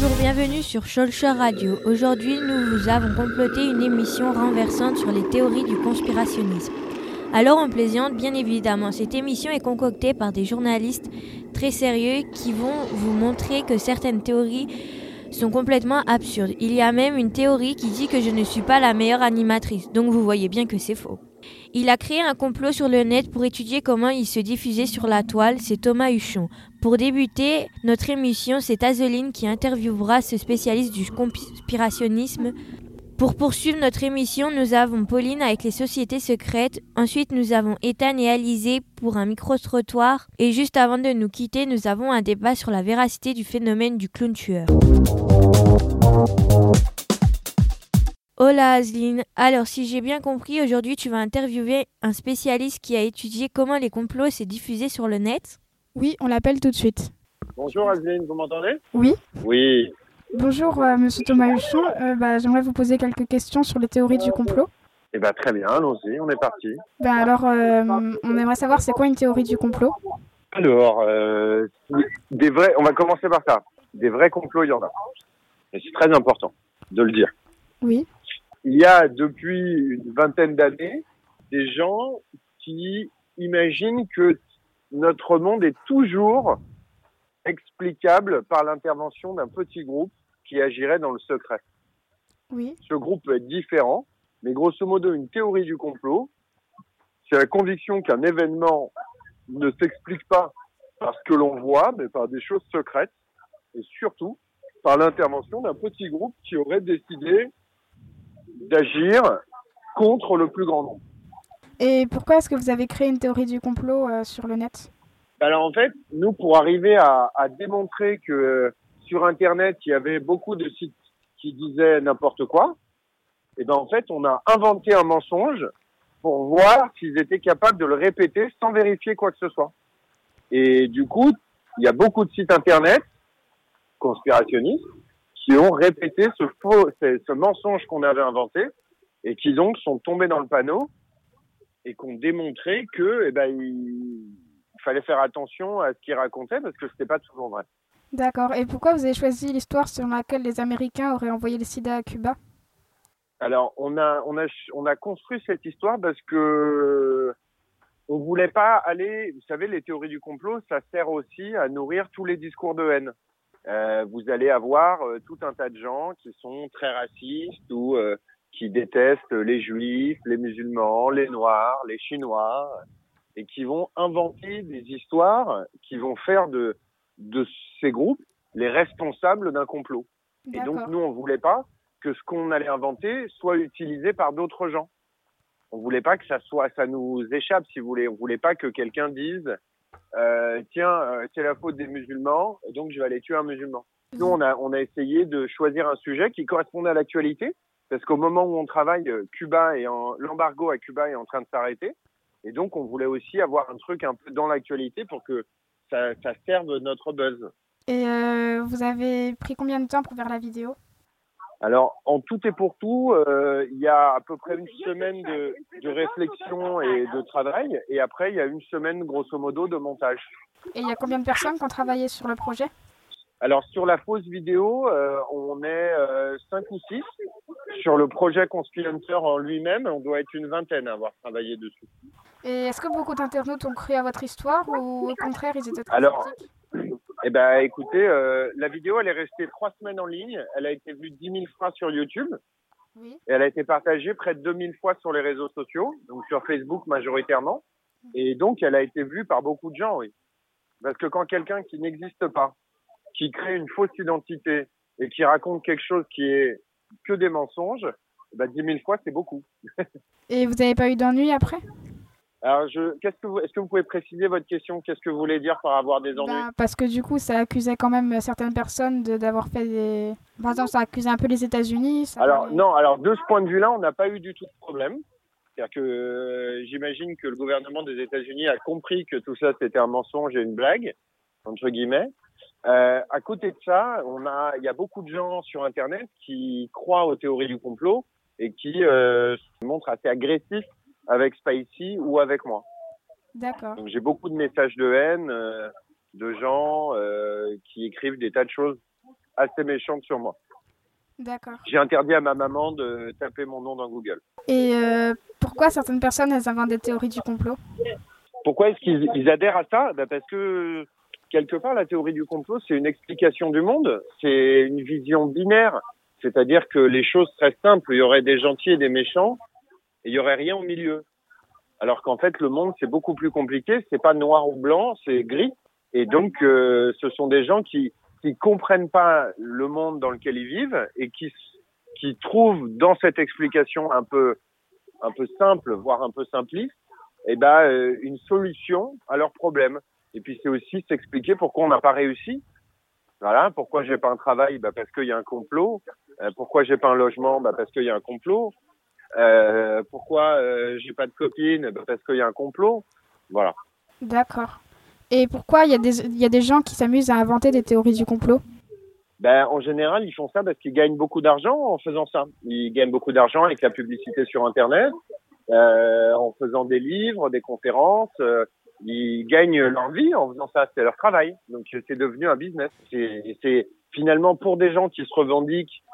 Bonjour, bienvenue sur Schulcher Radio. Aujourd'hui, nous vous avons comploté une émission renversante sur les théories du conspirationnisme. Alors on plaisante, bien évidemment. Cette émission est concoctée par des journalistes très sérieux qui vont vous montrer que certaines théories sont complètement absurdes. Il y a même une théorie qui dit que je ne suis pas la meilleure animatrice, donc vous voyez bien que c'est faux. Il a créé un complot sur le net pour étudier comment il se diffusait sur la toile, c'est Thomas Huchon. Pour débuter notre émission, c'est Azeline qui interviewera ce spécialiste du conspirationnisme. Pour poursuivre notre émission, nous avons Pauline avec les sociétés secrètes. Ensuite, nous avons Ethan et Alizé pour un micro-trottoir. Et juste avant de nous quitter, nous avons un débat sur la véracité du phénomène du clown tueur. Hola Azeline. Alors, si j'ai bien compris, aujourd'hui, tu vas interviewer un spécialiste qui a étudié comment les complots s'est diffusés sur le net. Oui, on l'appelle tout de suite. Bonjour Azeline, vous m'entendez? Oui. Oui. Bonjour Monsieur Thomas Huchon, j'aimerais vous poser quelques questions sur les théories du complot. Eh ben très bien, allons-y, on est parti. On aimerait savoir c'est quoi une théorie du complot? Alors, on va commencer par ça. Des vrais complots, il y en a. Et c'est très important de le dire. Oui. Il y a depuis une vingtaine d'années des gens qui imaginent que notre monde est toujours explicable par l'intervention d'un petit groupe qui agirait dans le secret. Oui. Ce groupe peut être différent, mais grosso modo, une théorie du complot, c'est la conviction qu'un événement ne s'explique pas par ce que l'on voit, mais par des choses secrètes, et surtout par l'intervention d'un petit groupe qui aurait décidé d'agir contre le plus grand nombre. Et pourquoi est-ce que vous avez créé une théorie du complot sur le net? Alors en fait, nous, pour arriver à démontrer que sur Internet, il y avait beaucoup de sites qui disaient n'importe quoi, et ben en fait, on a inventé un mensonge pour voir s'ils étaient capables de le répéter sans vérifier quoi que ce soit. Et du coup, il y a beaucoup de sites Internet conspirationnistes qui ont répété ce mensonge qu'on avait inventé et qui donc sont tombés dans le panneau et qui ont démontré que il fallait faire attention à ce qu'ils racontaient parce que c'était pas toujours vrai. D'accord. Et pourquoi vous avez choisi l'histoire selon laquelle les Américains auraient envoyé le sida à Cuba? Alors, on a construit cette histoire parce que on voulait pas aller, vous savez, les théories du complot, ça sert aussi à nourrir tous les discours de haine. Vous allez avoir tout un tas de gens qui sont très racistes ou qui détestent les juifs, les musulmans, les noirs, les chinois, et qui vont inventer des histoires qui vont faire de ces groupes les responsables d'un complot. D'accord. Et donc, nous, on voulait pas que ce qu'on allait inventer soit utilisé par d'autres gens. On voulait pas que ça nous échappe, si vous voulez. On voulait pas que quelqu'un dise c'est la faute des musulmans, donc je vais aller tuer un musulman. Nous, on a essayé de choisir un sujet qui correspondait à l'actualité, parce qu'au moment où on travaille, l'embargo à Cuba est en train de s'arrêter, et donc on voulait aussi avoir un truc un peu dans l'actualité pour que ça serve notre buzz. Et vous avez pris combien de temps pour faire la vidéo? Alors, en tout et pour tout, il y a à peu près une semaine de réflexion et de travail, et après, il y a une semaine, grosso modo, de montage. Et il y a combien de personnes qui ont travaillé sur le projet? Alors, sur la fausse vidéo, on est 5 ou 6. Sur le projet Conspihunter en lui-même, on doit être une vingtaine à avoir travaillé dessus. Et est-ce que beaucoup d'internautes ont cru à votre histoire ou au contraire, ils étaient très sceptiques? Écoutez, la vidéo, elle est restée 3 semaines en ligne. Elle a été vue 10 000 fois sur YouTube. Oui. Et elle a été partagée près de 2000 fois sur les réseaux sociaux, donc sur Facebook majoritairement. Et donc, elle a été vue par beaucoup de gens, oui. Parce que quand quelqu'un qui n'existe pas, qui crée une fausse identité et qui raconte quelque chose qui est que des mensonges, 10 000 fois, c'est beaucoup. Et vous n'avez pas eu d'ennui après? Alors, est-ce que vous pouvez préciser votre question? Qu'est-ce que vous voulez dire par avoir des ennuis? Parce que du coup, ça accusait quand même certaines personnes d'avoir fait des... Par exemple, ça accusait un peu les États-Unis. Alors, de ce point de vue-là, on n'a pas eu du tout de problème. C'est-à-dire que j'imagine que le gouvernement des États-Unis a compris que tout ça, c'était un mensonge et une blague, entre guillemets. À côté de ça, il y a beaucoup de gens sur Internet qui croient aux théories du complot et qui se montrent assez agressifs avec Spicy ou avec moi. D'accord. Donc j'ai beaucoup de messages de haine de gens qui écrivent des tas de choses assez méchante sur moi. D'accord. J'ai interdit à ma maman de taper mon nom dans Google. Et pourquoi certaines personnes, elles inventent des théories du complot? Pourquoi est-ce qu'ils adhèrent à ça? Parce que, quelque part, la théorie du complot, c'est une explication du monde. C'est une vision binaire. C'est-à-dire que les choses seraient simples. Il y aurait des gentils et des méchants, et il y aurait rien au milieu. Alors qu'en fait, le monde, c'est beaucoup plus compliqué. C'est pas noir ou blanc, c'est gris. Et donc, ce sont des gens qui comprennent pas le monde dans lequel ils vivent et qui trouvent dans cette explication un peu simple, voire un peu simpliste, une solution à leurs problèmes. Et puis c'est aussi s'expliquer pourquoi on n'a pas réussi. Voilà, pourquoi j'ai pas un travail, parce qu'il y a un complot. Pourquoi j'ai pas un logement, parce qu'il y a un complot. Pourquoi j'ai pas de copine, parce qu'il y a un complot. Voilà. D'accord. Et pourquoi il y a des gens qui s'amusent à inventer des théories du complot? En général, ils font ça parce qu'ils gagnent beaucoup d'argent en faisant ça. Ils gagnent beaucoup d'argent avec la publicité sur Internet, en faisant des livres, des conférences. Ils gagnent leur vie en faisant ça. C'est leur travail. Donc, c'est devenu un business. C'est finalement pour des gens qui se revendiquent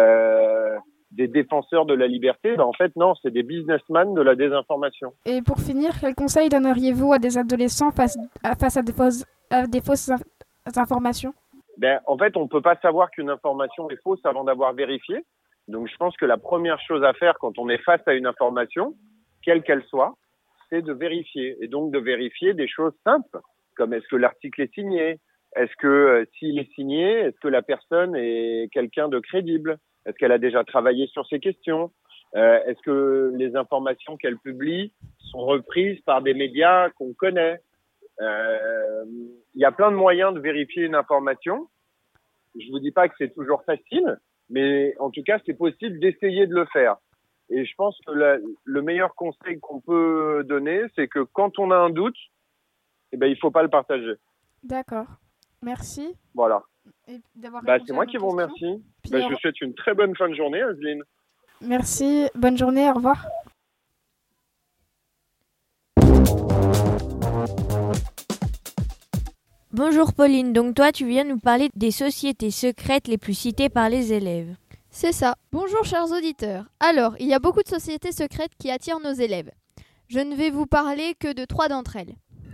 des défenseurs de la liberté. En fait, non, c'est des businessmen de la désinformation. Et pour finir, quel conseil donneriez-vous à des adolescents face à des fausses informations? En fait, on ne peut pas savoir qu'une information est fausse avant d'avoir vérifié. Donc, je pense que la première chose à faire quand on est face à une information, quelle qu'elle soit, c'est de vérifier. Et donc, de vérifier des choses simples, comme est-ce que l'article est signé? Est-ce que, s'il est signé, est-ce que la personne est quelqu'un de crédible? Est-ce qu'elle a déjà travaillé sur ces questions? Est-ce que les informations qu'elle publie sont reprises par des médias qu'on connaît? Il y a plein de moyens de vérifier une information. Je vous dis pas que c'est toujours facile, mais en tout cas, c'est possible d'essayer de le faire. Et je pense que le meilleur conseil qu'on peut donner, c'est que quand on a un doute, il faut pas le partager. D'accord. Merci. Voilà. Et d'avoir c'est moi qui vous remercie. Je vous souhaite une très bonne fin de journée, Azeline. Merci. Bonne journée. Au revoir. Bonjour Pauline, donc toi tu viens nous parler des sociétés secrètes les plus citées par les élèves. C'est ça. Bonjour chers auditeurs. Alors, il y a beaucoup de sociétés secrètes qui attirent nos élèves. Je ne vais vous parler que de 3 d'entre elles.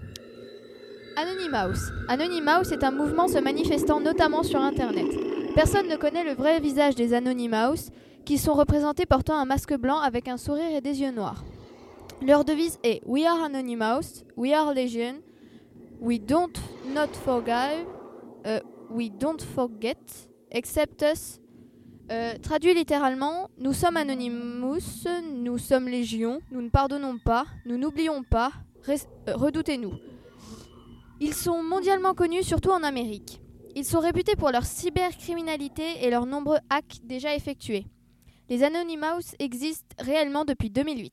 Anonymous. Anonymous est un mouvement se manifestant notamment sur Internet. Personne ne connaît le vrai visage des Anonymous, qui sont représentés portant un masque blanc avec un sourire et des yeux noirs. Leur devise est « We are Anonymous, we are Legion, we don't not forgive, we don't forget, except us ». Traduit littéralement, nous sommes Anonymous, nous sommes Légion, nous ne pardonnons pas, nous n'oublions pas, redoutez-nous. Ils sont mondialement connus, surtout en Amérique. Ils sont réputés pour leur cybercriminalité et leurs nombreux hacks déjà effectués. Les Anonymous existent réellement depuis 2008.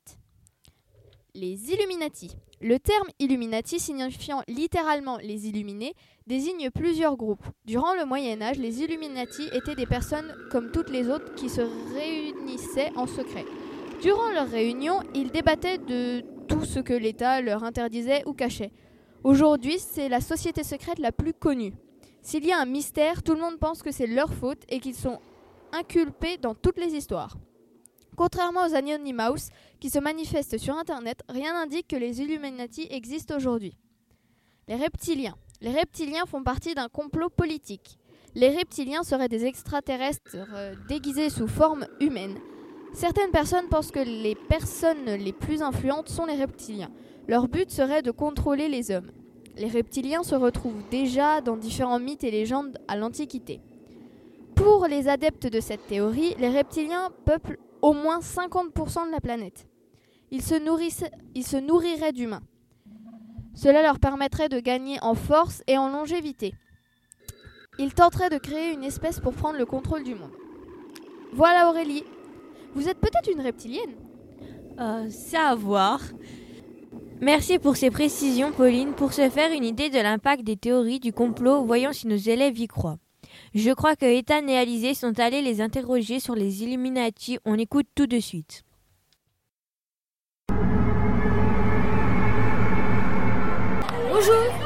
Les Illuminati. Le terme Illuminati, signifiant littéralement les illuminés, désigne plusieurs groupes. Durant le Moyen-Âge, les Illuminati étaient des personnes comme toutes les autres qui se réunissaient en secret. Durant leurs réunions, ils débattaient de tout ce que l'État leur interdisait ou cachait. Aujourd'hui, c'est la société secrète la plus connue. S'il y a un mystère, tout le monde pense que c'est leur faute et qu'ils sont inculpés dans toutes les histoires. Contrairement aux Anonymous qui se manifestent sur Internet, rien n'indique que les Illuminati existent aujourd'hui. Les reptiliens. Les reptiliens font partie d'un complot politique. Les reptiliens seraient des extraterrestres déguisés sous forme humaine. Certaines personnes pensent que les personnes les plus influentes sont les reptiliens. Leur but serait de contrôler les hommes. Les reptiliens se retrouvent déjà dans différents mythes et légendes à l'Antiquité. Pour les adeptes de cette théorie, les reptiliens peuplent au moins 50% de la planète. Ils se nourriraient d'humains. Cela leur permettrait de gagner en force et en longévité. Ils tenteraient de créer une espèce pour prendre le contrôle du monde. Voilà Aurélie. Vous êtes peut-être une reptilienne ? C'est à voir. Merci pour ces précisions, Pauline. Pour se faire une idée de l'impact des théories du complot, voyons si nos élèves y croient. Je crois que Ethan et Alizé sont allés les interroger sur les Illuminati. On écoute tout de suite. Bonjour,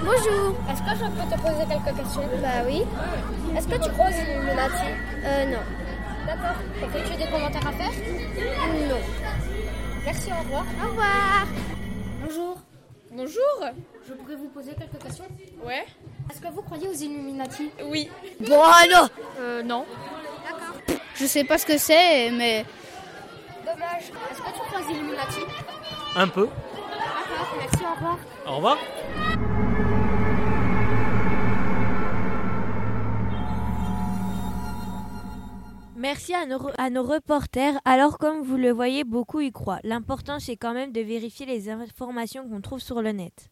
Bonjour. Est-ce que je peux te poser quelques questions? Bah oui. Est-ce que tu crois aux Illuminati? Non. D'accord. As-tu des commentaires à faire? Non. Merci, au revoir. Au revoir. Bonjour. Bonjour. Je pourrais vous poser quelques questions? Ouais. Est-ce que vous croyez aux Illuminati? Oui. Bon, alors. Non. D'accord. Je sais pas ce que c'est, mais... Dommage. Est-ce que tu crois aux Illuminati? Un peu. D'accord. Merci, au revoir. Au revoir. Merci à nos reporters. Alors, comme vous le voyez, beaucoup y croient. L'important, c'est quand même de vérifier les informations qu'on trouve sur le net.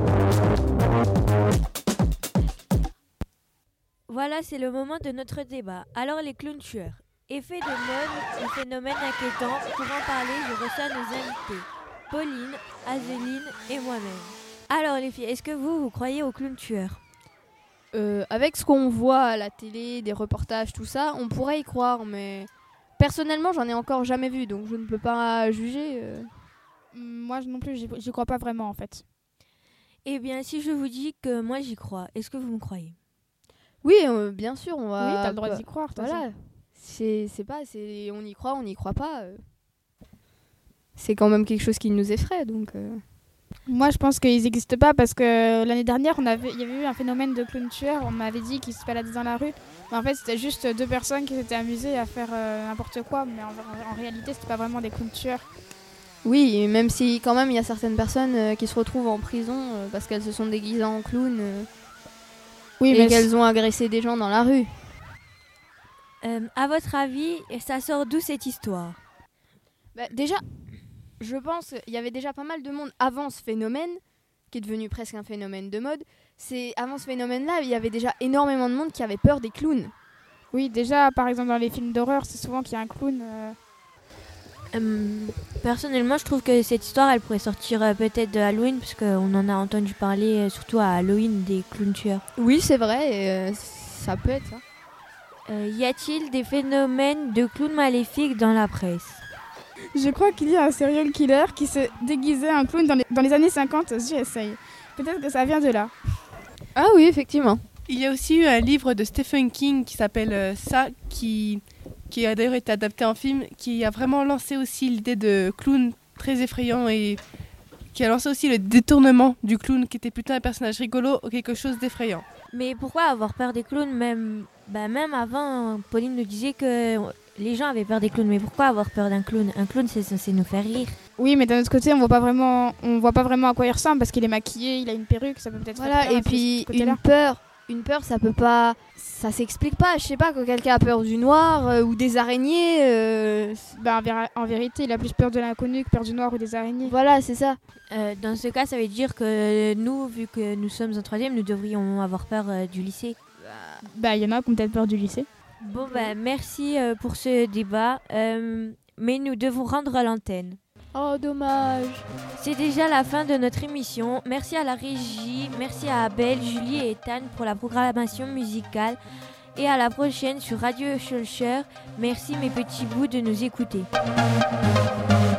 Voilà, c'est le moment de notre débat. Alors, les clowns tueurs. Effet de mode ou phénomène inquiétant. Pour en parler, je reçois nos invités. Pauline, Azéline et moi-même. Alors, les filles, est-ce que vous croyez aux clowns tueurs ? Avec ce qu'on voit à la télé, des reportages, tout ça, on pourrait y croire, mais personnellement, j'en ai encore jamais vu, donc je ne peux pas juger. Moi non plus, j'y crois pas vraiment en fait. Eh bien, si je vous dis que moi j'y crois, est-ce que vous me croyez ? Oui, bien sûr, on va... Oui, t'as le droit d'y croire. Voilà, c'est pas, on y croit, on n'y croit pas. C'est quand même quelque chose qui nous effraie, donc... Moi, je pense qu'ils n'existent pas parce que l'année dernière, il y avait eu un phénomène de clown tueur. On m'avait dit qu'ils se baladaient dans la rue. Mais en fait, c'était juste deux personnes qui s'étaient amusées à faire n'importe quoi. Mais en réalité, c'était pas vraiment des clowns tueurs. Oui, et même si quand même il y a certaines personnes qui se retrouvent en prison parce qu'elles se sont déguisées en clown Oui, et qu'elles ont agressé des gens dans la rue. À votre avis, ça sort d'où cette histoire ? Déjà, je pense qu'il y avait déjà pas mal de monde avant ce phénomène, qui est devenu presque un phénomène de mode. Avant ce phénomène-là, il y avait déjà énormément de monde qui avait peur des clowns. Oui, déjà, par exemple, dans les films d'horreur, c'est souvent qu'il y a un clown. Personnellement, je trouve que cette histoire, elle pourrait sortir peut-être de Halloween, parce qu'on en a entendu parler, surtout à Halloween, des clowns tueurs. Oui, c'est vrai, et ça peut être ça. Y a-t-il des phénomènes de clowns maléfiques dans la presse ? Je crois qu'il y a un serial killer qui s'est déguisé en clown dans les années 50 aux USA. Peut-être que ça vient de là. Ah oui, effectivement. Il y a aussi eu un livre de Stephen King qui s'appelle Ça, qui a d'ailleurs été adapté en film, qui a vraiment lancé aussi l'idée de clown très effrayant et qui a lancé aussi le détournement du clown qui était plutôt un personnage rigolo ou quelque chose d'effrayant. Mais pourquoi avoir peur des clowns ? Même avant, Pauline nous disait que les gens avaient peur des clowns. Mais pourquoi avoir peur d'un clown ? Un clown, c'est censé nous faire rire. Oui, mais d'un autre côté, on voit pas vraiment à quoi il ressemble parce qu'il est maquillé, il a une perruque, ça peut peut-être faire peur. Et puis une peur, ça peut pas, ça s'explique pas. Je sais pas, quand quelqu'un a peur du noir ou des araignées. En vérité, il a plus peur de l'inconnu que peur du noir ou des araignées. Voilà, c'est ça. Dans ce cas, ça veut dire que nous, vu que nous sommes en 3e, nous devrions avoir peur du lycée. Il y en a qui ont peut-être peur du lycée. Bon, merci pour ce débat, mais nous devons rendre l'antenne. Oh, dommage. C'est déjà la fin de notre émission. Merci à la régie, merci à Abel, Julie et Ethan pour la programmation musicale. Et à la prochaine sur Radio Schulcher. Merci mes petits bouts de nous écouter.